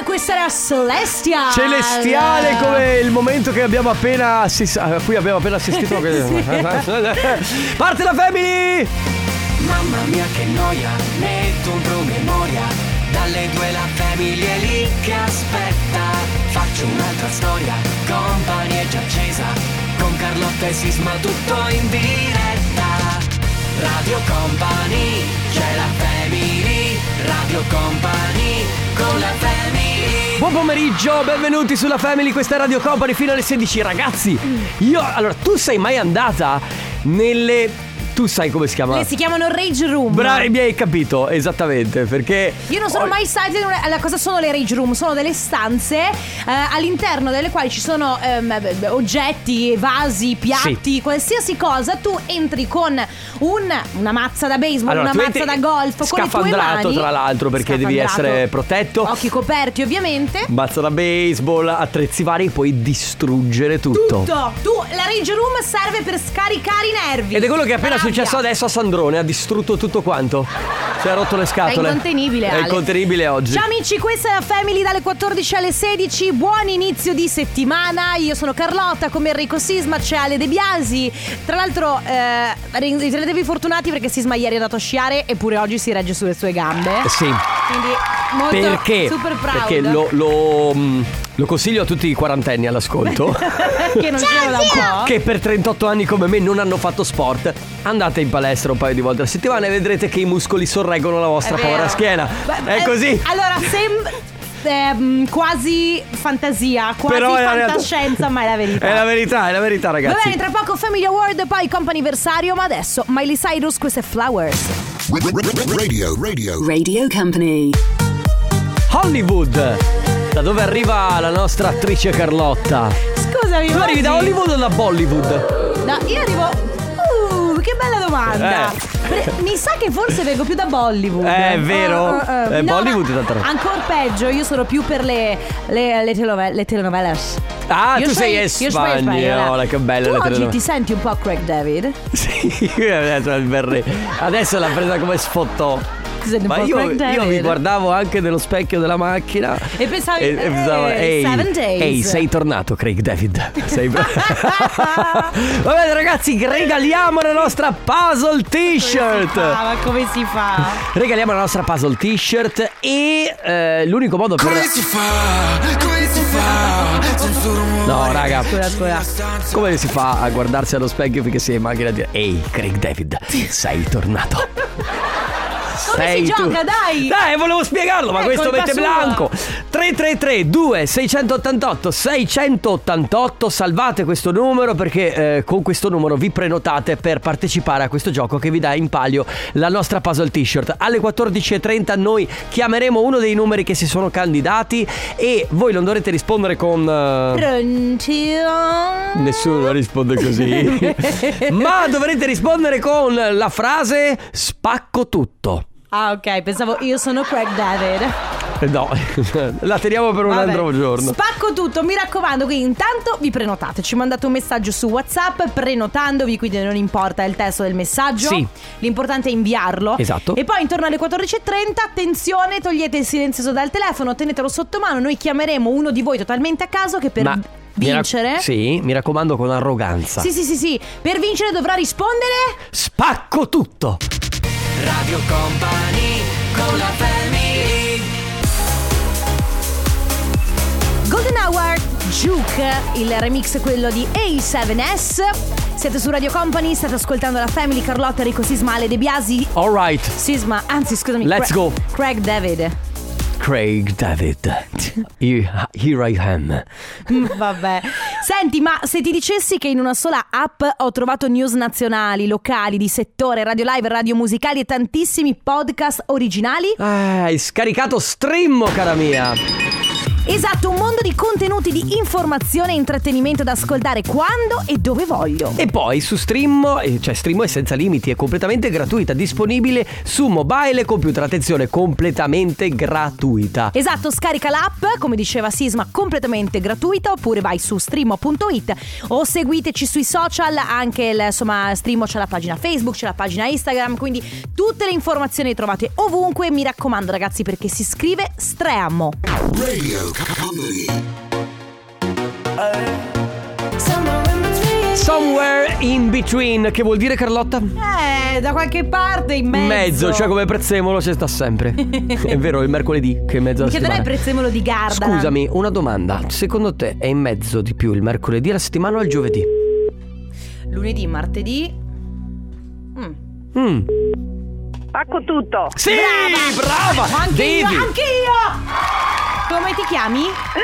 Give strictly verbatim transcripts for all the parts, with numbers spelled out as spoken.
questa era Celestial. Celestiale, come il momento che abbiamo appena assist- a cui abbiamo appena assistito. Sì. Parte la Family. Mamma mia che noia, metto un promemoria. Dalle due la Family è lì che aspetta. Faccio un'altra storia, Company è già accesa. Con Carlotta e Sisma tutto in diretta. Radio Company, c'è la Family. Radio Company, con la Family. Buon pomeriggio, benvenuti sulla Family, questa è Radio Company fino alle sedici. Ragazzi, io, allora, tu sei mai andata nelle... Tu sai come si chiama? Le si chiamano Rage Room. Bravi, mi hai capito, esattamente, perché... Io non sono oh, mai stata in una... Allora, cosa sono le Rage Room? Sono delle stanze eh, all'interno delle quali ci sono ehm, oggetti, vasi, piatti, sì, qualsiasi cosa. Tu entri con un, una mazza da baseball, allora, una mazza da golf, con le tue mani, tra l'altro, perché devi essere protetto. Occhi coperti ovviamente. Mazza da baseball, attrezzi vari, puoi distruggere tutto. Tutto. Tu, la Rage Room serve per scaricare i nervi. Ed è quello che è appena Rabbia. successo adesso a Sandrone. Ha distrutto tutto quanto. Si è rotto le scatole. È incontenibile, È Ale. incontenibile oggi. Ciao amici, questa è la Family dalle quattordici alle sedici. Buon inizio di settimana. Io sono Carlotta, come Enrico Sisma c'è Ale De Biasi. Tra l'altro eh, ritenetevi fortunati perché Sisma ieri è andato a sciare, eppure oggi si regge sulle sue gambe. Sì. Quindi molto Perché? super proud. Perché lo, lo, lo consiglio a tutti i quarantenni all'ascolto che non c'era da un po', che per trentotto anni come me non hanno fatto sport. Andate in palestra un paio di volte a settimana e vedrete che i muscoli sorreggono la vostra povera schiena. Beh, È così. eh, Allora sembra eh, quasi fantasia, quasi Però è la fantascienza, ma è la verità. È la verità, è la verità, ragazzi. Va bene, tra poco Family Award, poi comp'anniversario, ma adesso Miley Cyrus, questo è Flowers. Radio, radio. Radio Company. Hollywood, da dove arriva la nostra attrice Carlotta? Scusami, Tu ma arrivi sì. da Hollywood o da Bollywood? No, io arrivo. Uh, che bella domanda. Eh. Pre- Mi sa che forse vengo più da Bollywood. Eh, è vero. Uh, uh, uh. Eh, No, Bollywood ma è tanta- ancora peggio, io sono più per le Le, le, telenovelas, le telenovelas. Ah, Io tu sei io sono spagnola, che bella Tu la oggi telenovela. ti senti un po' Craig David? Sì, adesso l'ha presa come sfottò. Ti senti un Ma po' io, Craig David? io mi guardavo anche nello specchio della macchina E pensavi, e, e pensavo, eh, ehi, seven days. ehi, sei tornato Craig David. Sei... Va bene ragazzi, regaliamo la nostra puzzle t-shirt. Ah, ma come si fa? Regaliamo la nostra puzzle t-shirt e eh, l'unico modo per... Come si fa? Come si fa? Sono solo rumori. No raga, Scusa, scusa. come si fa a guardarsi allo specchio finché si è in macchina e dire ehi Craig David, sei tornato. Come Sei si tu. gioca, dai? Dai, volevo spiegarlo, ma È questo colpa mette sua. blanco. Tre tre tre due sei otto otto sei otto otto. Salvate questo numero perché eh, con questo numero vi prenotate per partecipare a questo gioco che vi dà in palio la nostra puzzle t-shirt. Alle quattordici e trenta noi chiameremo uno dei numeri che si sono candidati e voi non dovrete rispondere con eh... Pronti? Nessuno risponde così. Ma dovrete rispondere con la frase spacco tutto. Ah, ok, pensavo io sono Craig David. Eh, No, la teniamo per un Vabbè. altro giorno. Spacco tutto, mi raccomando, quindi intanto vi prenotate. Ci mandate un messaggio su WhatsApp prenotandovi, quindi non importa il testo del messaggio. Sì. L'importante è inviarlo. Esatto. E poi intorno alle quattordici e trenta, attenzione, togliete il silenzioso dal telefono, tenetelo sotto mano. Noi chiameremo uno di voi totalmente a caso che per Ma mi rac- vincere... Sì, mi raccomando con arroganza. Sì, sì, sì, sì. Per vincere dovrà rispondere... Spacco tutto. Radio Company, con la Family. Golden Hour, Juke, il remix è quello di A sette S. Siete su Radio Company, state ascoltando la Family, Carlotta, Enrico Sisma, Ale De Biasi. All right. Sisma, anzi scusami, Let's go. Craig David. Craig David. Here here I am. Mm, Vabbè. Senti, ma se ti dicessi che in una sola app ho trovato news nazionali, locali, di settore, radio live, radio musicali e tantissimi podcast originali? Ah, hai scaricato Stream, cara mia. Esatto, un mondo di contenuti di informazione e intrattenimento da ascoltare quando e dove voglio. E poi su Stream, eh, cioè Stream è senza limiti, è completamente gratuita, disponibile su mobile e computer, attenzione, completamente gratuita. Esatto, scarica l'app, come diceva Sisma, completamente gratuita, oppure vai su streamo punto it o seguiteci sui social, anche il, insomma, Streamo c'è la pagina Facebook, c'è la pagina Instagram, quindi tutte le informazioni le trovate ovunque. Mi raccomando ragazzi, perché si scrive Streamo. Radio Company. Somewhere in between, che vuol dire, Carlotta? Eh, da qualche parte in mezzo. In mezzo, cioè come prezzemolo ci sta sempre. È vero, il mercoledì, che è in mezzo alla Che non è settimana. il prezzemolo di Gardala. Scusami, una domanda. Secondo te è in mezzo di più il mercoledì alla settimana o il giovedì? Lunedì, martedì. Mm. Mm. Pacco tutto. Sì, brava, Anche devi. io, anche io. Come ti chiami?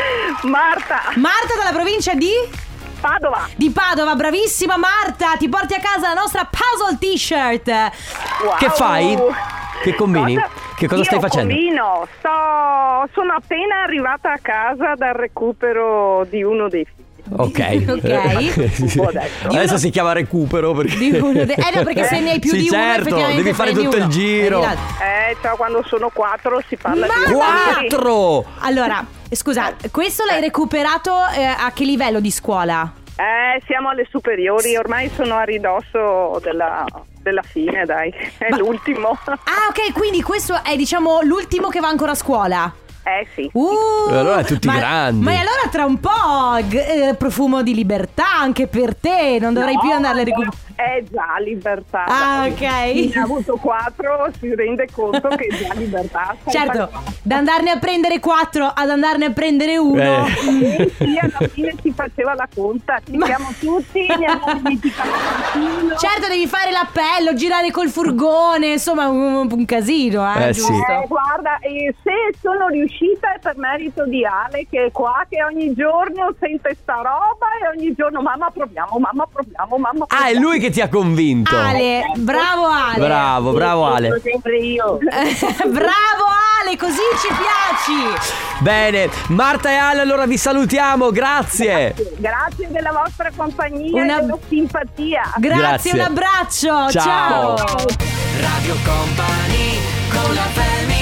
Marta. Marta, dalla provincia di? Padova. Di Padova, bravissima Marta. Ti porti a casa la nostra puzzle t-shirt. Wow. Che fai? Che combini? Cosa? Che cosa Io stai facendo? Combino. Sto... Sono appena arrivata a casa dal recupero di uno dei figli. Ok. Ok. Un po' adesso. Adesso si chiama recupero perché... Di uno de- Eh no, perché se ne hai più sì, di uno certo, effettivamente devi fare prendi tutto il uno. giro. Prendi l'altro. Eh, cioè quando sono quattro si parla Ma- di Quattro! Allora, scusa, questo l'hai recuperato eh, a che livello di scuola? Eh, siamo alle superiori, ormai sono a ridosso della, della fine, dai. È Ma- l'ultimo. Ah, ok, quindi questo è, diciamo, l'ultimo che va ancora a scuola. Eh sì. Uh, Allora tutti ma, grandi. Ma allora tra un po' g- eh, profumo di libertà anche per te. Non dovrai No, più andare a recuperare. È già libertà. Ah, dai. ok. Chi ne ha avuto quattro si rende conto che è già libertà. Sai Certo, qualcosa? da andarne a prendere quattro ad andarne a prendere uno. Eh. Eh sì, alla fine si faceva la conta. Ci Ma- siamo tutti, ne abbiamo dimenticato qualcuno. Certo, devi fare l'appello, girare col furgone, insomma un, un casino, eh, Eh, giusto? sì. Eh, guarda, e se sono riuscita è per merito di Ale, che è qua, che ogni giorno sente sta roba e ogni giorno mamma proviamo, mamma proviamo, mamma Ah, è lui che ti ha convinto. Ale, bravo Ale. Bravo, bravo Ale. sempre io. Bravo Ale, così ci piaci. Bene, Marta e Ale, allora vi salutiamo, grazie. Grazie della vostra compagnia Una- e della simpatia. Grazie, Grazie. un abbraccio. Ciao. Radio Company con la family.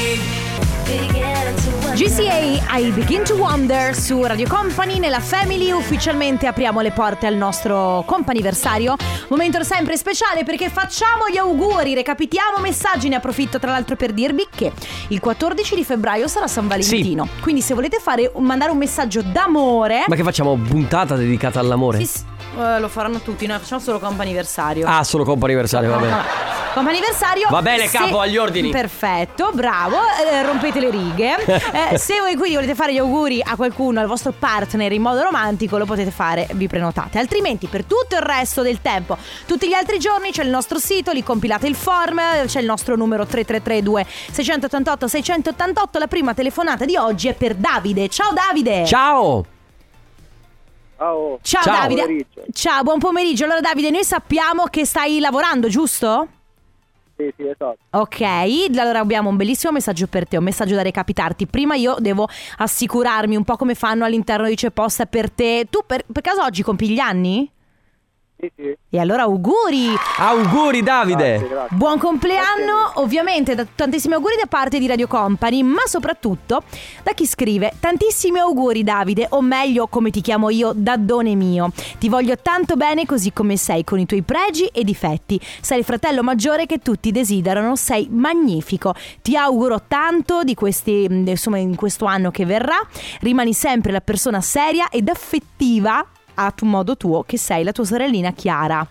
G C A, I Begin to Wonder su Radio Company. Nella Family ufficialmente apriamo le porte al nostro comp'anniversario. Momento sempre speciale perché facciamo gli auguri, recapitiamo messaggi. Ne approfitto tra l'altro per dirvi che il quattordici di febbraio sarà San Valentino. Quindi se volete fare mandare un messaggio d'amore, Ma che facciamo? Puntata dedicata all'amore? sì, sì, eh, lo faranno tutti. Noi facciamo solo comp'anniversario. Ah, solo comp'anniversario, va bene. Comp'anniversario. Va bene, se- capo, agli ordini. Perfetto, bravo. Eh, rompete le righe. Eh, se voi quindi volete fare gli auguri a qualcuno, al vostro partner in modo romantico, lo potete fare, vi prenotate. Altrimenti per tutto il resto del tempo, tutti gli altri giorni c'è il nostro sito, lì compilate il form, c'è il nostro numero tre tre tre due sei otto otto sei otto otto. La prima telefonata di oggi è per Davide. Ciao Davide. Ciao. Oh. Ciao, Ciao. Davide. Buon pomeriggio. Ciao, buon pomeriggio. Allora Davide, noi sappiamo che stai lavorando, giusto? Sì, sì, esatto. Ok, allora abbiamo un bellissimo messaggio per te, un messaggio da recapitarti. Prima io devo assicurarmi un po' come fanno all'interno di C'è Posta per te. Tu per, per caso oggi compi gli anni? Sì, sì. E allora auguri! Auguri, Davide. grazie. Buon compleanno, ovviamente da, tantissimi auguri da parte di Radio Company, ma soprattutto da chi scrive: tantissimi auguri Davide, o meglio come ti chiamo io, daddone mio. Ti voglio tanto bene così come sei, con i tuoi pregi e difetti. Sei il fratello maggiore che tutti desiderano, sei magnifico. Ti auguro tanto di questi, insomma, in questo anno che verrà. Rimani sempre la persona seria ed affettiva a tu modo tuo, che sei la tua sorellina Chiara.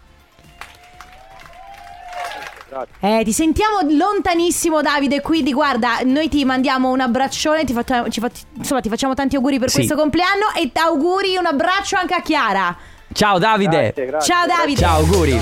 Eh, ti sentiamo lontanissimo Davide, quindi guarda, noi ti mandiamo un abbraccione, ti facciamo, ci fa- insomma ti facciamo tanti auguri per Sì. questo compleanno e auguri, un abbraccio anche a Chiara. Ciao Davide. Grazie, grazie. Ciao Davide. Ciao, auguri.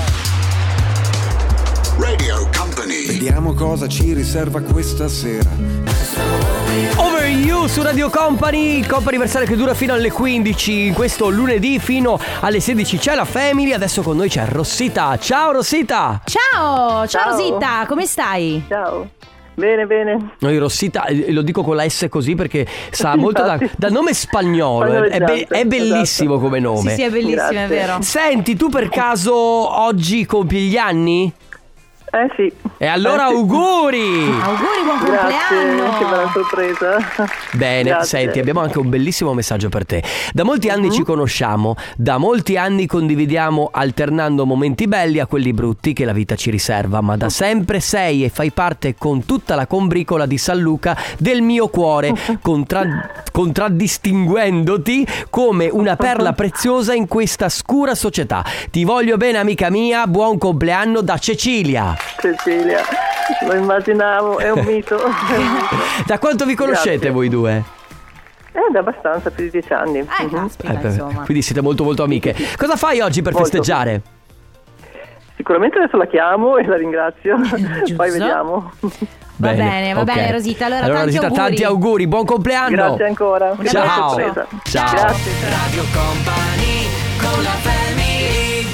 Radio Company. Vediamo cosa ci riserva questa sera. Over You su Radio Company, il comp'anniversario che dura fino alle quindici. Questo lunedì fino alle sedici c'è la Family. Adesso con noi c'è Rossita. Ciao Rossita. Ciao, ciao, Ciao. Rosita, come stai? Ciao. Bene, bene. Noi Rossita, eh, lo dico con la S così perché sa molto da, da nome spagnolo, è, be- è bellissimo esatto. come nome. Sì, sì, è bellissimo, Grazie. è vero. Senti, tu per caso oggi compi gli anni? Eh sì. E allora Eh, sì. auguri! Auguri, buon Grazie, compleanno. che bella sorpresa. Bene, Grazie. senti, abbiamo anche un bellissimo messaggio per te. Da molti anni Mhm. ci conosciamo, da molti anni condividiamo alternando momenti belli a quelli brutti che la vita ci riserva, ma da sempre sei e fai parte con tutta la combricola di San Luca del mio cuore, contra- contraddistinguendoti come una perla preziosa in questa scura società. Ti voglio bene, amica mia, buon compleanno da Cecilia. Cecilia, lo immaginavo, è un mito. È un mito. Da quanto vi conoscete Grazie. voi due? Eh, da abbastanza, più di dieci anni. Eh, Mhm. caspita, beh, insomma. quindi siete molto molto amiche. Cosa fai oggi per Molto. festeggiare? Sicuramente adesso la chiamo e la ringrazio. Poi vediamo. Va bene, va ok. bene, Rosita. Allora, tanti Rosita, auguri. tanti auguri, buon compleanno. Grazie ancora. Che bella Ciao. sorpresa. Ciao. Grazie. Radio Company con la family.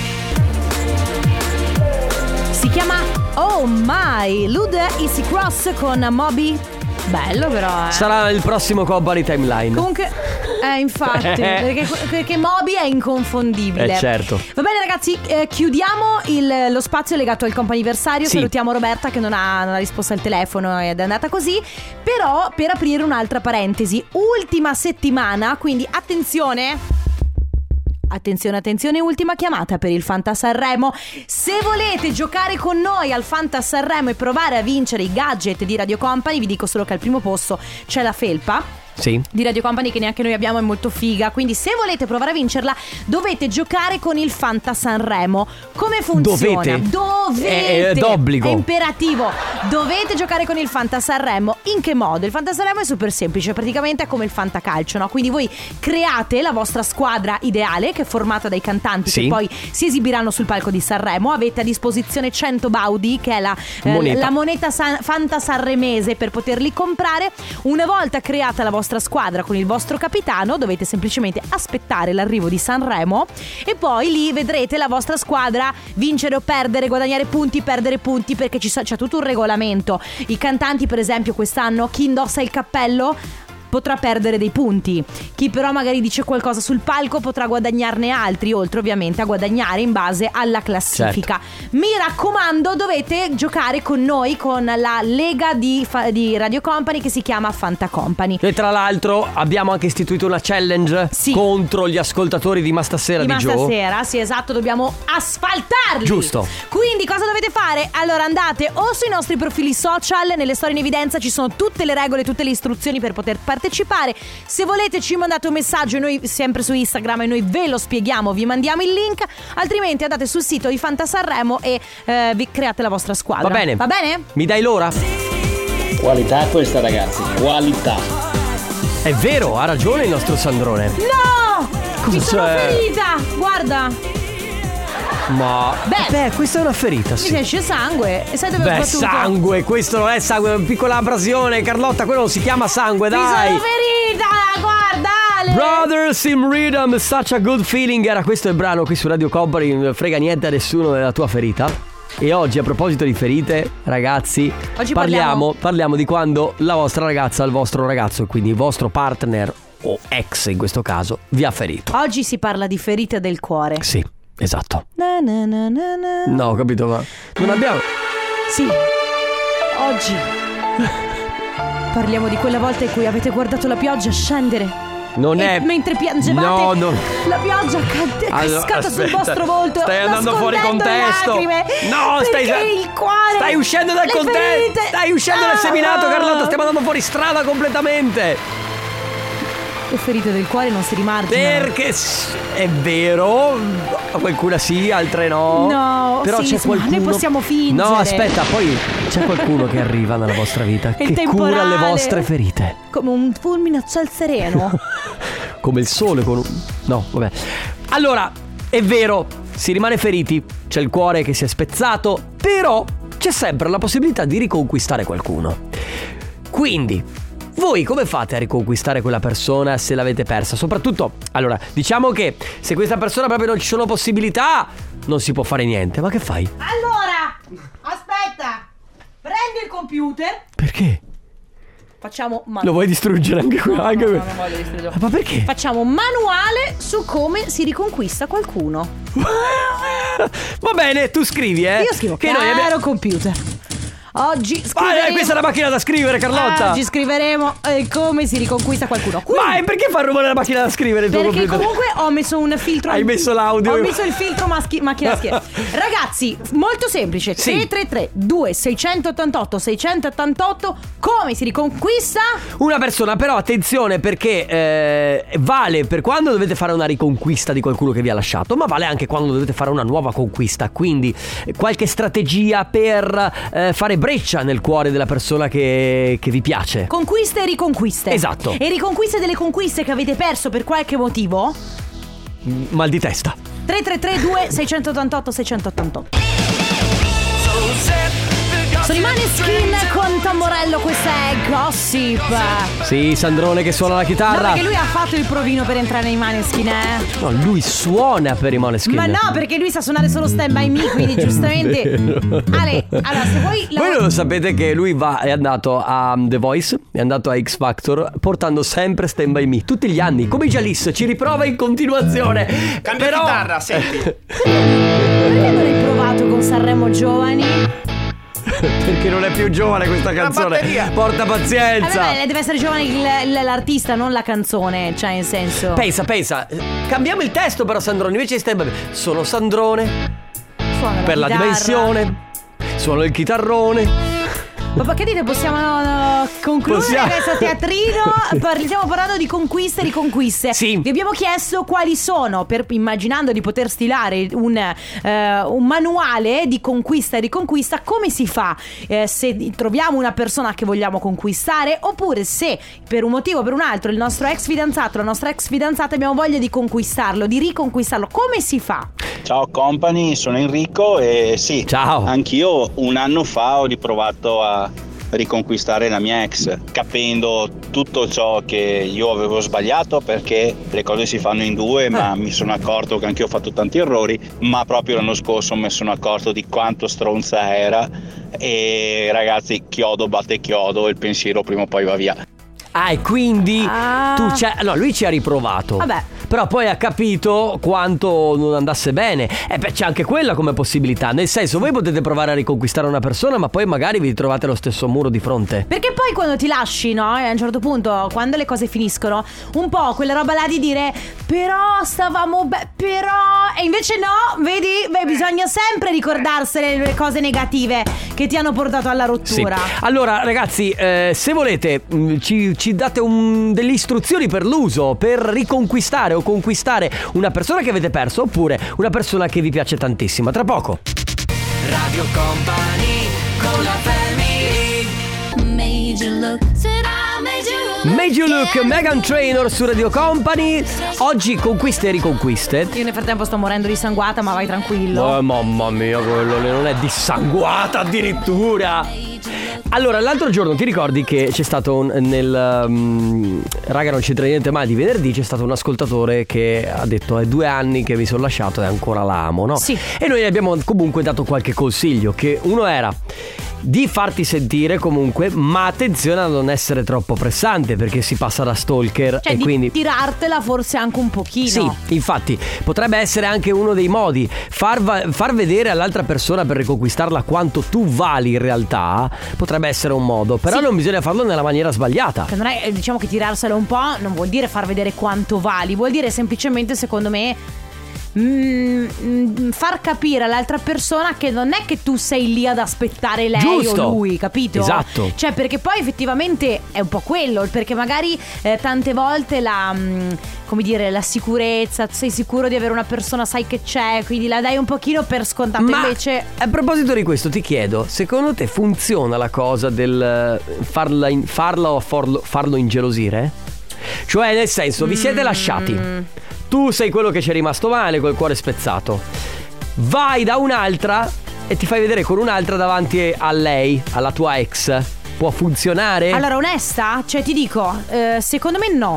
Si chiama Oh My, Lude Easy Cross con Moby. Bello però, eh. Sarà il prossimo Company Timeline. Comunque, eh, infatti, perché, perché Moby è inconfondibile. Eh, certo. Va bene ragazzi, eh, chiudiamo il- lo spazio legato al comp'anniversario. Sì. Salutiamo Roberta che non ha, non ha risposto al telefono ed è andata così. Però per aprire un'altra parentesi, ultima settimana, quindi attenzione. Attenzione, attenzione, ultima chiamata per il Fanta Sanremo. Se volete giocare con noi al Fanta Sanremo e provare a vincere i gadget di Radio Company, vi dico solo che al primo posto c'è la felpa Sì. di Radio Company che neanche noi abbiamo, è molto figa. Quindi se volete provare a vincerla dovete giocare con il Fanta Sanremo. Come funziona? Dovete? Dovete È- è d'obbligo. È imperativo. Dovete giocare con il Fanta Sanremo. In che modo? Il Fanta Sanremo è super semplice, praticamente è come il Fantacalcio, no? Quindi voi create la vostra squadra ideale che è formata dai cantanti Sì. che poi si esibiranno sul palco di Sanremo. Avete a disposizione cento baudi, che è la eh, Moneta. la moneta san- Fanta Sanremese, per poterli comprare. Una volta creata la vostra squadra con il vostro capitano, dovete semplicemente aspettare l'arrivo di Sanremo e poi lì vedrete la vostra squadra vincere o perdere, guadagnare punti, perdere punti, perché ci sa- c'è tutto un regolamento. I cantanti, per esempio, quest'anno chi indossa il cappello potrà perdere dei punti, chi però magari dice qualcosa sul palco potrà guadagnarne altri, oltre ovviamente a guadagnare in base alla classifica. Mi raccomando, dovete giocare con noi, con la lega di, fa- di Radio Company che si chiama Fanta Company. E tra l'altro abbiamo anche istituito una challenge Sì. contro gli ascoltatori di Ma Stasera di, Ma Joe. stasera, sì, esatto, dobbiamo asfaltarli. Giusto. Quindi cosa dovete fare? Allora andate o sui nostri profili social, nelle storie in evidenza ci sono tutte le regole, tutte le istruzioni per poter partecipare. Se volete ci mandate un messaggio, noi sempre su Instagram, e noi ve lo spieghiamo, vi mandiamo il link. Altrimenti andate sul sito di Fanta Sanremo e eh, vi create la vostra squadra. Va bene. Va bene? Mi dai l'ora? Qualità questa, ragazzi, qualità. È vero, ha ragione il nostro Sandrone. No! Mi sono c'è? ferita! Guarda! Ma Beh. beh, questa è una ferita, Mi sì. esce sangue. E sai dove ho Beh, sbattuto? sangue, questo non è sangue, è una piccola abrasione, Carlotta, quello non si chiama sangue, Mi dai. sono ferita! Guarda! Ale! Brothers in Rhythm, such a good feeling. Era questo il brano qui su Radio Company. Non frega niente a nessuno della tua ferita. E oggi, a proposito di ferite, ragazzi, Oggi parliamo, parliamo di quando la vostra ragazza, il vostro ragazzo, quindi il vostro partner o ex in questo caso, vi ha ferito. Oggi si parla di ferite del cuore. Sì, esatto. Na, na, na, na, na. No, ho capito, ma non abbiamo... Sì. Oggi parliamo di quella volta in cui avete guardato la pioggia scendere. Non E è... mentre piangevate, No, no. la pioggia cade, è Allora, cascata sul aspetta, vostro volto. stai andando fuori nascondendo le contesto. lacrime, No, stai perché il cuore, Stai uscendo dal le contesto. ferite. Stai uscendo dal Ah! seminato, Carlotta. Stiamo andando fuori strada completamente. Le ferite del cuore non si rimarginano. Perché s- è vero, qualcuna sì, altre no. No, però sì, c'è sì, ma qualcuno. noi possiamo fingere. No, aspetta, poi c'è qualcuno che arriva nella vostra vita Il che cura temporale. le vostre ferite. Come un fulmine a ciel sereno. Come il sole con un... No, vabbè. Allora, è vero, si rimane feriti, c'è il cuore che si è spezzato, però c'è sempre la possibilità di riconquistare qualcuno. Quindi, voi come fate a riconquistare quella persona se l'avete persa? Soprattutto, allora, diciamo che se questa persona proprio non ci sono possibilità, non si può fare niente. Ma che fai? Allora, aspetta. Prendo Spegno il computer. Perché? Facciamo manuale. Lo vuoi distruggere anche qua? No, anche no, que- no, non voglio distruggerlo. Ma perché? Facciamo un manuale su come si riconquista qualcuno. Va bene, tu scrivi, eh. Io scrivo che caro noi abbiamo... computer. Oggi Ah, scriveremo eh, questa è la macchina da scrivere, Carlotta. Oggi scriveremo eh, come si riconquista qualcuno. Quindi, Ma perché fa rumore la macchina da scrivere il tuo perché computer? comunque ho messo un filtro. Hai messo l'audio. Ho messo il filtro maschi- macchina da scrivere. Ragazzi, molto semplice. Sì. tre tre tre due sei otto otto sei otto otto. Come si riconquista? Una persona, però attenzione, perché eh, vale per quando dovete fare una riconquista di qualcuno che vi ha lasciato, ma vale anche quando dovete fare una nuova conquista. Quindi eh, qualche strategia per eh, fare breccia nel cuore della persona che, che vi piace. Conquiste e riconquiste. Esatto. E riconquiste delle conquiste che avete perso per qualche motivo? Mm, Mal di testa. tre tre tre due sei otto otto sei otto otto. Sono i Maneskin con Tamborello, questa è Gossip. Sì, Sandrone che suona la No, chitarra. perché lui ha fatto il provino per entrare nei Maneskin, eh. No, lui suona per i Måneskin. Ma no, perché lui sa suonare solo Stand By Me, quindi giustamente. Ale, allora se vuoi Voi lav- non lo sapete che lui va, è andato a The Voice, è andato a X Factor portando sempre Stand By Me tutti gli anni, come Jalis, ci riprova in continuazione. Cambia Però... chitarra, senti. Perché non hai provato con Sanremo Giovani? Perché non è più giovane questa canzone. batteria. Porta pazienza. Vabbè, deve essere giovane il- l- l'artista, non la canzone, cioè in senso. Pensa, pensa. Cambiamo il testo però, Sandrone. Invece di Stand By Me, sono Sandrone Suona per la chitarra. dimensione. Suono il chitarrone. Ma che dite, possiamo uh, concludere Possiamo. questo teatrino? Parli- Stiamo parlando di conquiste e riconquiste. Sì. Vi abbiamo chiesto quali sono, per, immaginando di poter stilare un, eh, un manuale di conquista e riconquista, come si fa eh, se troviamo una persona che vogliamo conquistare, oppure se per un motivo o per un altro il nostro ex fidanzato, la nostra ex fidanzata abbiamo voglia di conquistarlo, di riconquistarlo, come si fa? Ciao company, sono Enrico e sì, Ciao. anch'io un anno fa ho riprovato a riconquistare la mia ex, capendo tutto ciò che io avevo sbagliato, perché le cose si fanno in due, ma mi sono accorto che anch'io ho fatto tanti errori, ma proprio l'anno scorso mi sono accorto di quanto stronza era e ragazzi, chiodo batte chiodo, il pensiero prima o poi va via. Ah, e quindi Ah. tu c'è. No, lui ci ha riprovato. Vabbè. Però poi ha capito quanto non andasse bene. E beh, c'è anche quella come possibilità. Nel senso, voi potete provare a riconquistare una persona, ma poi magari vi trovate allo stesso muro di fronte. Perché poi quando ti lasci, no? E a un certo punto, quando le cose finiscono, un po' quella roba là di dire però stavamo be- però e invece no, vedi? Beh, bisogna sempre ricordarsene le cose negative che ti hanno portato alla Sì. rottura. Allora, ragazzi, eh, se volete, mh, ci, ci date un- delle istruzioni per l'uso, per riconquistare o conquistare una persona che avete perso, oppure una persona che vi piace tantissimo. Tra poco. Radio Company con la family. Made You Look, Meghan Trainor su Radio Company. Oggi conquiste e riconquiste. Io nel frattempo sto morendo di sanguata, ma vai tranquillo. Oh, mamma mia, quello non è dissanguata addirittura. Allora, l'altro giorno ti ricordi che c'è stato un, nel um, raga non c'entra niente mai di venerdì, c'è stato un ascoltatore che ha detto è due anni che mi sono lasciato e ancora l'amo, no? Sì. E noi gli abbiamo comunque dato qualche consiglio, che uno era di farti sentire comunque, ma attenzione a non essere troppo pressante, perché si passa da stalker Cioè e di quindi tirartela forse anche un pochino. sì, infatti potrebbe essere anche uno dei modi far, va- far vedere all'altra persona, per riconquistarla, quanto tu vali in realtà. Potrebbe essere un modo, però Sì. non bisogna farlo nella maniera sbagliata. Che non è, eh, diciamo che tirarsela un po' non vuol dire far vedere quanto vali, vuol dire semplicemente, secondo me, mm, mm, far capire all'altra persona che non è che tu sei lì ad aspettare lei Giusto. o lui, capito? Esatto. Cioè, perché poi effettivamente è un po' quello, perché magari eh, tante volte la mm, come dire, la sicurezza, sei sicuro di avere una persona, sai che c'è, quindi la dai un pochino per scontato. Ma Invece a proposito di questo ti chiedo, secondo te funziona la cosa del eh, farla, in, farla o farlo, farlo ingelosire? Cioè, nel senso, vi siete lasciati, tu sei quello che ci è rimasto male, col cuore spezzato, vai da un'altra e ti fai vedere con un'altra davanti a lei, alla tua ex. Può funzionare? allora, onesta, cioè ti dico, eh, secondo me no.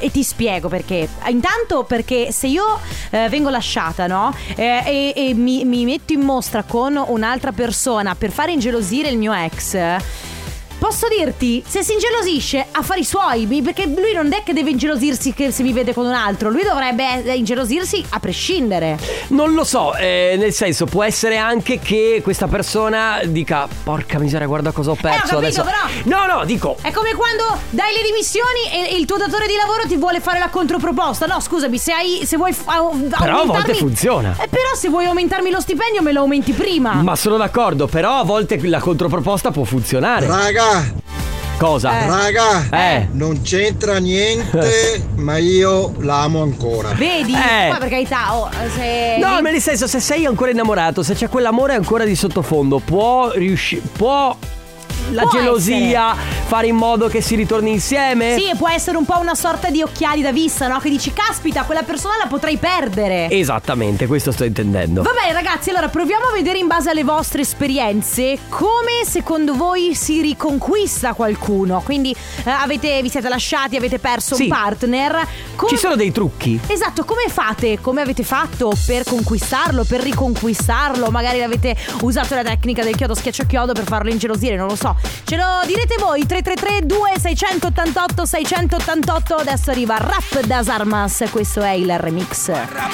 E ti spiego perché. Intanto perché se io eh, vengo lasciata, no? Eh, e e mi, mi metto in mostra con un'altra persona per fare ingelosire il mio ex, posso dirti, se si ingelosisce, affari suoi, perché lui non è che deve ingelosirsi che se mi vede con un altro, lui dovrebbe ingelosirsi a prescindere. Non lo so, eh, nel senso, può essere anche che questa persona dica porca miseria, guarda cosa ho perso, eh, ho capito, adesso. Però No, no, dico, è come quando dai le dimissioni e il tuo datore di lavoro ti vuole fare la controproposta. No, scusami, se hai se vuoi fa- però a volte funziona. Eh, però se vuoi aumentarmi lo stipendio me lo aumenti prima. Ma sono d'accordo, però a volte la controproposta può funzionare. Raga, Cosa? Eh. raga, Eh. non c'entra niente, ma io l'amo ancora. Vedi? Eh. Poi per carità, oh, se No, ma nel senso, se sei ancora innamorato, se c'è quell'amore ancora di sottofondo, può riuscire, può la Può gelosia fare in modo che si ritorni insieme? Sì, può essere un po' una sorta di occhiali da vista, no? Che dici, caspita, quella persona la potrei perdere. Esattamente, questo sto intendendo. Va bene ragazzi, allora proviamo a vedere in base alle vostre esperienze come secondo voi si riconquista qualcuno. Quindi eh, avete, vi siete lasciati, avete perso Sì. un partner. Come- Ci sono dei trucchi? Esatto, come fate? Come avete fatto per conquistarlo, per riconquistarlo? Magari avete usato la tecnica del chiodo schiaccia chiodo per farlo ingelosire, non lo so. Ce lo direte voi, tre tre tre due sei otto otto sei otto otto. Adesso arriva Rap das Armas, questo è il remix.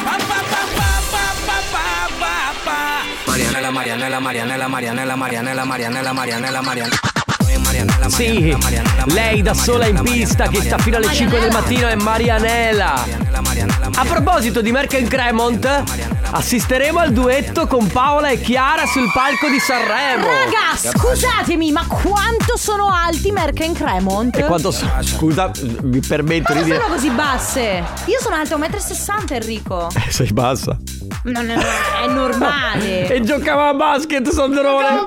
Marianella, Marianella, Marianella, Marianella, Marianella, Marianella, Marianella, Marianella. Sì, lei da sola in pista che sta fino alle cinque del mattino è Marianella. A proposito di Merck and Cremont, assisteremo al duetto con Paola e Chiara sul palco di Sanremo. Raga, scusatemi, ma quanto sono alti Merck and Cremont? E quanto so- scusa, mi permetto di Ma dire. sono così basse? Io sono alta uno e sessanta metri, Enrico. Sei bassa. Non è, è normale. E giocava a basket, Sandrone.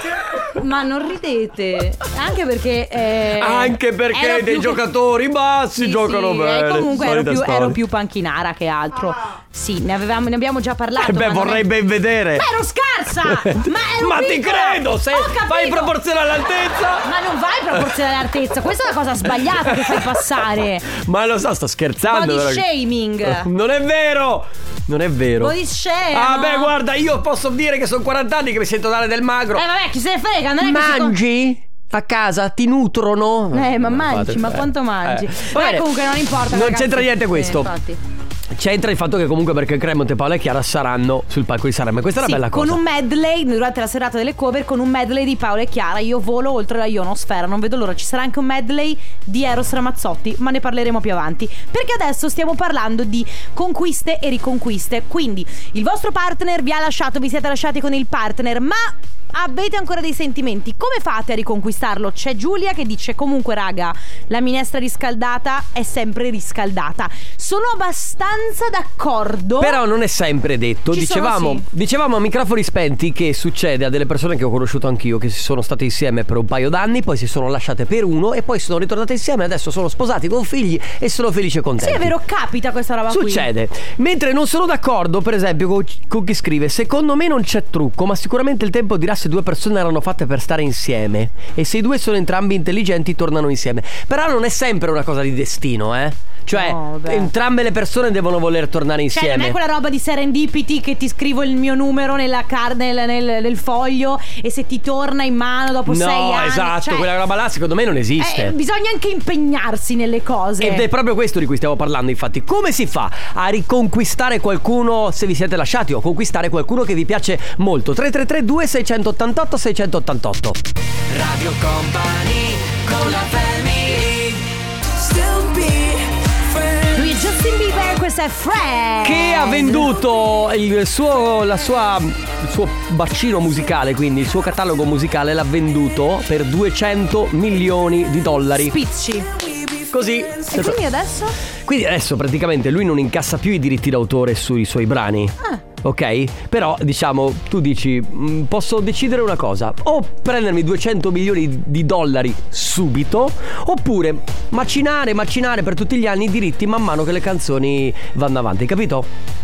Ma non ridete. Anche perché eh, Anche perché ero dei più- giocatori bassi Sì, giocano sì, bene. e comunque ero Solita più, storia. ero più panchinara che altro. Sì, ne, avevamo, ne abbiamo già parlato. Eh beh, ma non vorrei è- ben vedere. Ma ero scarsa. Ma ero Ma ti piccola. credo, se Ho capito. fai proporzione all'altezza. Ma non vai in proporzione all'altezza. Questa è una cosa sbagliata che fai passare. Ma lo so, sto scherzando. Body però- shaming. Non è vero. Non è vero. Body shame. Ah no? beh, guarda, io posso dire che sono quaranta anni che mi sento dare del magro. Eh vabbè, chi se ne frega, non è che si con- Mangi? A casa ti nutrono? Eh, ma Non mangi, fate- ma eh, quanto mangi? eh. Beh, Va bene. comunque non importa. Non ragazzi. c'entra niente questo. Eh, infatti. C'entra il fatto che comunque perché Cremont e Paola e Chiara saranno sul palco di Sanremo. Questa è una Sì, bella con cosa. un medley durante la serata delle cover, con un medley di Paola e Chiara. Io volo oltre la ionosfera, non vedo l'ora. Ci sarà anche un medley di Eros Ramazzotti, ma ne parleremo più avanti, perché adesso stiamo parlando di conquiste e riconquiste. Quindi il vostro partner vi ha lasciato, vi siete lasciati con il partner, ma avete ancora dei sentimenti. Come fate a riconquistarlo? C'è Giulia che dice: comunque raga, la minestra riscaldata è sempre riscaldata. Sono abbastanza d'accordo. Però non è sempre detto. Ci sono, Dicevamo, sì. dicevamo a microfoni spenti che succede a delle persone che ho conosciuto anch'io, che si sono state insieme per un paio d'anni, poi si sono lasciate per uno e poi sono ritornate insieme. Adesso sono sposati con figli e sono felici e contenti. Sì, è vero, capita questa roba qui. Succede. Mentre non sono d'accordo, per esempio, con, con chi scrive: secondo me non c'è trucco, ma sicuramente il tempo dirà se due persone erano fatte per stare insieme. E se i due sono entrambi intelligenti, tornano insieme. Però non è sempre una cosa di destino, eh. Cioè, No, vabbè. entrambe le persone devono voler tornare insieme. Cioè non è quella roba di serendipity che ti scrivo il mio numero nella car- nel, nel- nel foglio e se ti torna in mano dopo No, sei anni. esatto, Cioè, quella roba là secondo me non esiste. eh, bisogna anche impegnarsi nelle cose. Ed è proprio questo di cui stiamo parlando, infatti. Come si fa a riconquistare qualcuno se vi siete lasciati o conquistare qualcuno che vi piace molto? tre tre tre due sei otto otto sei otto otto. Radio Company con la family. Still be friends. Lui è Justin Bieber, questo è Fred. Che ha venduto il suo, la sua, il suo bacino musicale, quindi il suo catalogo musicale l'ha venduto per duecento milioni di dollari. Spicci. Così. E quindi adesso? Quindi adesso praticamente lui non incassa più i diritti d'autore sui suoi brani. Ah. Ok? Però diciamo, tu dici, mh, posso decidere una cosa: o prendermi duecento milioni di dollari subito, oppure macinare, macinare per tutti gli anni i diritti man mano che le canzoni vanno avanti, capito?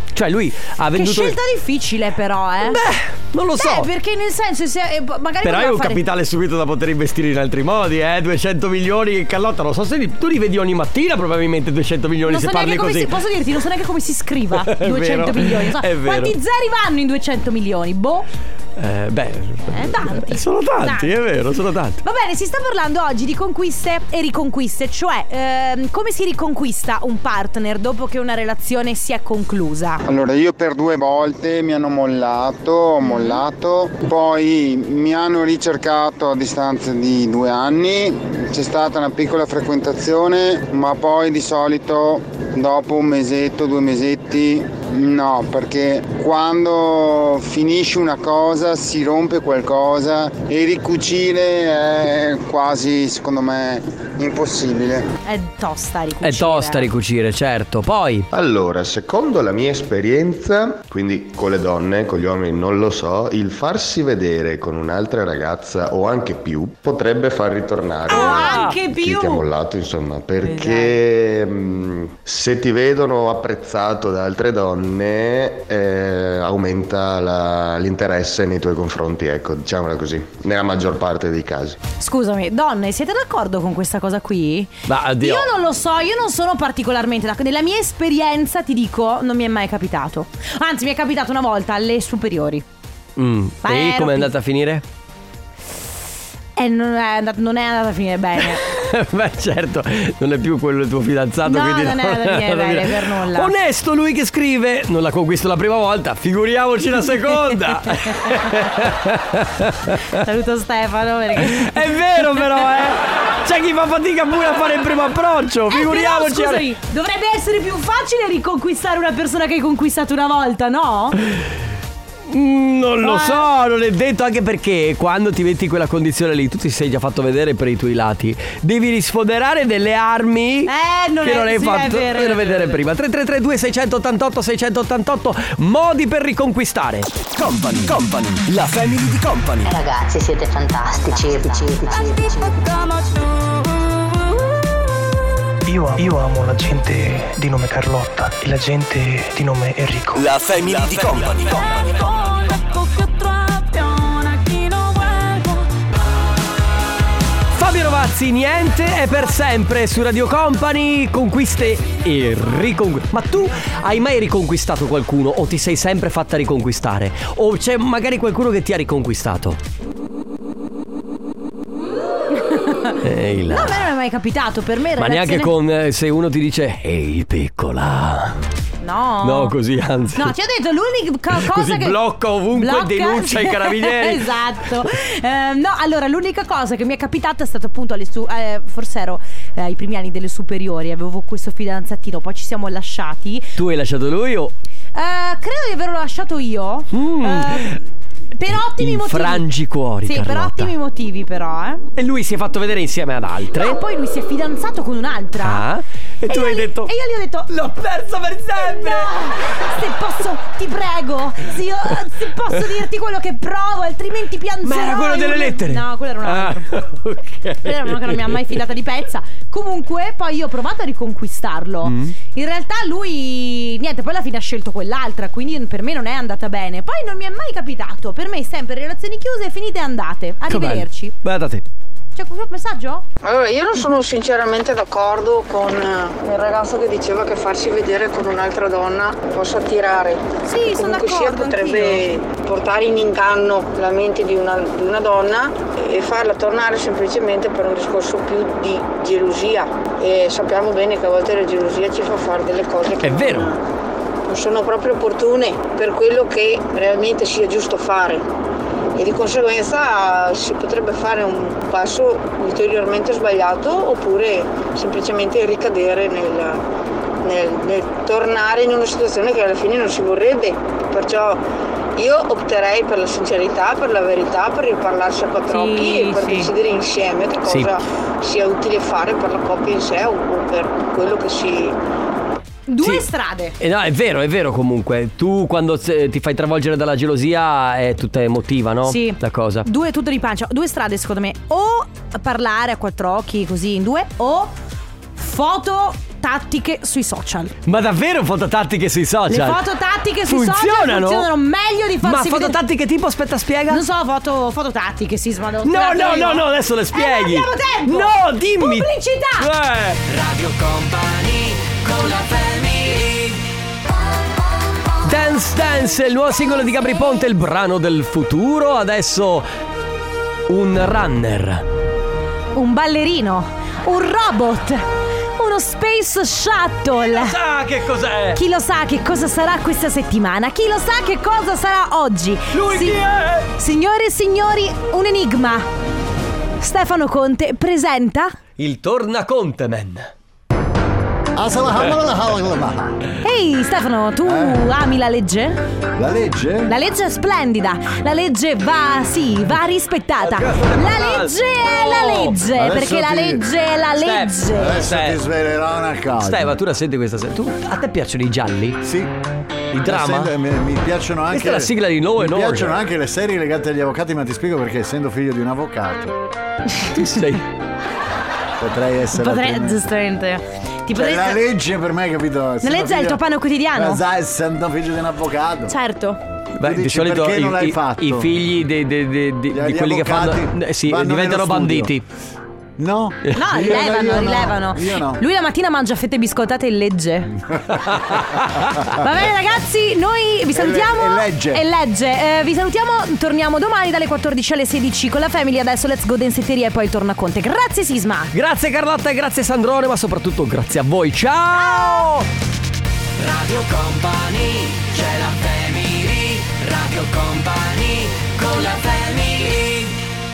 Cioè lui ha Che venduto. scelta difficile però, eh. Beh, non lo so. Beh, perché nel senso se, eh, magari Però hai poteva un fare... capitale subito da poter investire in altri modi, eh? duecento milioni, Carlotta, non so se li- tu li vedi ogni mattina probabilmente duecento milioni Non se so parli neanche come così. si, posso dirti, non so neanche come si scriva È duecento vero, milioni. So, è vero. quanti zeri vanno in duecento milioni? Boh. Eh, beh, Eh, tanti. sono tanti, Tanti. è vero, sono tanti. Va bene, si sta parlando oggi di conquiste e riconquiste, cioè ehm, come si riconquista un partner dopo che una relazione si è conclusa. Allora, io per due volte mi hanno mollato, ho mollato, poi mi hanno ricercato a distanza di due anni, c'è stata una piccola frequentazione, ma poi di solito dopo un mesetto, due mesetti no, perché quando finisce una cosa si rompe qualcosa e ricucire è quasi, secondo me, impossibile. È tosta ricucire. È tosta ricucire, certo. Poi Allora, secondo la mia esperienza, quindi con le donne, con gli uomini non lo so, il farsi vedere con un'altra ragazza o anche più potrebbe far ritornare Oh, anche chi più. ti ha mollato, insomma, perché mh, se ti vedono apprezzato da altre donne eh, aumenta la- l'interesse nei tuoi confronti, ecco, diciamola così, nella maggior parte dei casi. Scusami, donne, siete d'accordo con questa cosa qui? Ma addio. Io non lo so, io non sono particolarmente d'accordo. Nella mia esperienza, ti dico, non mi è mai capitato. Anzi, mi è capitato una volta alle superiori. mm. Ma E ero come è pic- andata a finire? E non è andata, non è andata a finire bene. Beh, certo, non è più quello il tuo fidanzato. No, quindi non è andato a finire bene, per nulla. Onesto lui che scrive: non la conquisto la prima volta, figuriamoci la seconda. Saluto Stefano perché... È vero però, eh. C'è chi fa fatica pure a fare il primo approccio. Eh, Figuriamoci. però, scusami, dovrebbe essere più facile riconquistare una persona che hai conquistato una volta, no? Mm, non lo Eh. so, non è detto, anche perché quando ti metti in quella condizione lì, tu ti sei già fatto vedere per i tuoi lati, devi risfoderare delle armi Eh, non che è- non hai sì, fatto è vero, è per vero, vedere è vero. prima. Tre tre tre due sei otto otto sei otto otto modi per riconquistare. Company, Company, la family di Company. Ragazzi, siete fantastici. Io, io amo la gente di nome Carlotta e la gente di nome Enrico. La family di Company. Fabio Rovazzi, niente è per sempre su Radio Company, conquiste e riconquiste. Ma tu hai mai riconquistato qualcuno o ti sei sempre fatta riconquistare? O c'è magari qualcuno che ti ha riconquistato? Ehi là. No, a me non è mai capitato. Per me Ma relazione... neanche con eh, se uno ti dice ehi piccola. No. No, così anzi. No, ti ho detto l'unica co- cosa Così che blocca ovunque e denuncia i carabinieri. Esatto. Eh, no, allora l'unica cosa che mi è capitata è stato appunto alle su- eh, forse ero eh, ai primi anni delle superiori, avevo questo fidanzatino, poi ci siamo lasciati. Tu hai lasciato lui o Eh, credo di averlo lasciato io. Mm. Eh, per ottimi motivi. infrangicuori, Sì, per Carlotta. ottimi motivi però, eh. E lui si è fatto vedere insieme ad altre. No, poi lui si è fidanzato con un'altra. Ah, e tu io hai gli- detto E io gli ho detto l'ho perso per sempre. No, se posso, ti prego, se, io, se posso dirti quello che provo, altrimenti piangerò. Ma era quello delle Io- lettere? No, quello era un altro. Ah, ok. Quello era uno che non mi ha mai filata di pezza. Comunque, poi io ho provato a riconquistarlo. Mm. In realtà lui, niente, poi alla fine ha scelto quell'altra, quindi per me non è andata bene. Poi non mi è mai capitato. Per me sempre relazioni chiuse, finite e andate. Arrivederci. Beh, da te. C'è un messaggio? Allora, io non sono sinceramente d'accordo con eh, il ragazzo che diceva che farsi vedere con un'altra donna possa attirare. Sì, sono Comunque sia, d'accordo, potrebbe portare in inganno la mente di una, di una donna e farla tornare semplicemente per un discorso più di gelosia. E sappiamo bene che a volte la gelosia ci fa fare delle cose che È vero. non, non sono proprio opportune per quello che realmente sia giusto fare. E di conseguenza si potrebbe fare un passo ulteriormente sbagliato oppure semplicemente ricadere nel, nel, nel tornare in una situazione che alla fine non si vorrebbe. Perciò io opterei per la sincerità, per la verità, per riparlarsi a quattro Sì, occhi e per sì. decidere insieme che Sì. cosa sia utile fare per la coppia in sé o per quello che si... Due Sì. strade. Eh no, è vero, è vero comunque. Tu quando se- ti fai travolgere dalla gelosia è tutta emotiva, no? Sì. La cosa. Due tutto di pancia. Due strade secondo me. O parlare a quattro occhi così in due, o foto tattiche sui social. Ma davvero fototattiche sui social? Le foto tattiche sui funzionano? social funzionano meglio di farsi Ma fototattiche tipo, aspetta, spiega. Non so, foto, foto tattiche, sì, ma No, no, no, no, adesso le spieghi. Eh, non abbiamo tempo. No, dimmi. Pubblicità. Eh. Radio Company con la family. Dance Dance, il nuovo singolo di Gabry Ponte, il brano del futuro. Adesso un runner, un ballerino, un robot, uno space shuttle. Chi lo sa che cos'è? Chi lo sa che cosa sarà questa settimana? Chi lo sa che cosa sarà oggi? Lui Si- chi è? Signore e signori, un enigma. Stefano Conte presenta Il Tornaconte Man. Ehi Stefano, tu Eh. ami la legge? La legge? La legge è splendida. La legge va, sì, va rispettata. La legge è la legge. Adesso Perché la ti- legge è la Steph, legge. Adesso Stef. ti svelerò una cosa. Steva, tu la senti questa sera? Tu, a te piacciono i gialli? Sì. Il dramma? Essendo- Mi, mi piacciono anche. Questa è la sigla di Law Mi and Order. piacciono anche le serie legate agli avvocati, ma ti spiego perché, essendo figlio di un avvocato, Tu sei. potrei essere. Potrei, altrimenti- giustamente. Ti Cioè, potrei... la legge per me, capito? La legge è il tuo pane quotidiano? Esatto, essendo figlio di un avvocato. Certo. Beh, Tu di dici, solito perché i, non l'hai i- fatto? i figli dei- dei- dei- di, Gli di quelli che fanno avvocati eh, sì, vanno diventano nello studio. banditi. No? No, Io rilevano, io no. rilevano. Io no. Lui la mattina mangia fette biscottate in legge. Va bene ragazzi, noi vi salutiamo. E le- e legge. E legge. Eh, vi salutiamo, torniamo domani dalle quattordici alle sedici con la Family. Adesso let's go densetteria e poi il tornaconte. Grazie Sisma. Grazie Carlotta e grazie Sandrone, ma soprattutto grazie a voi. Ciao! Radio Company, c'è la family. Radio Company con la family.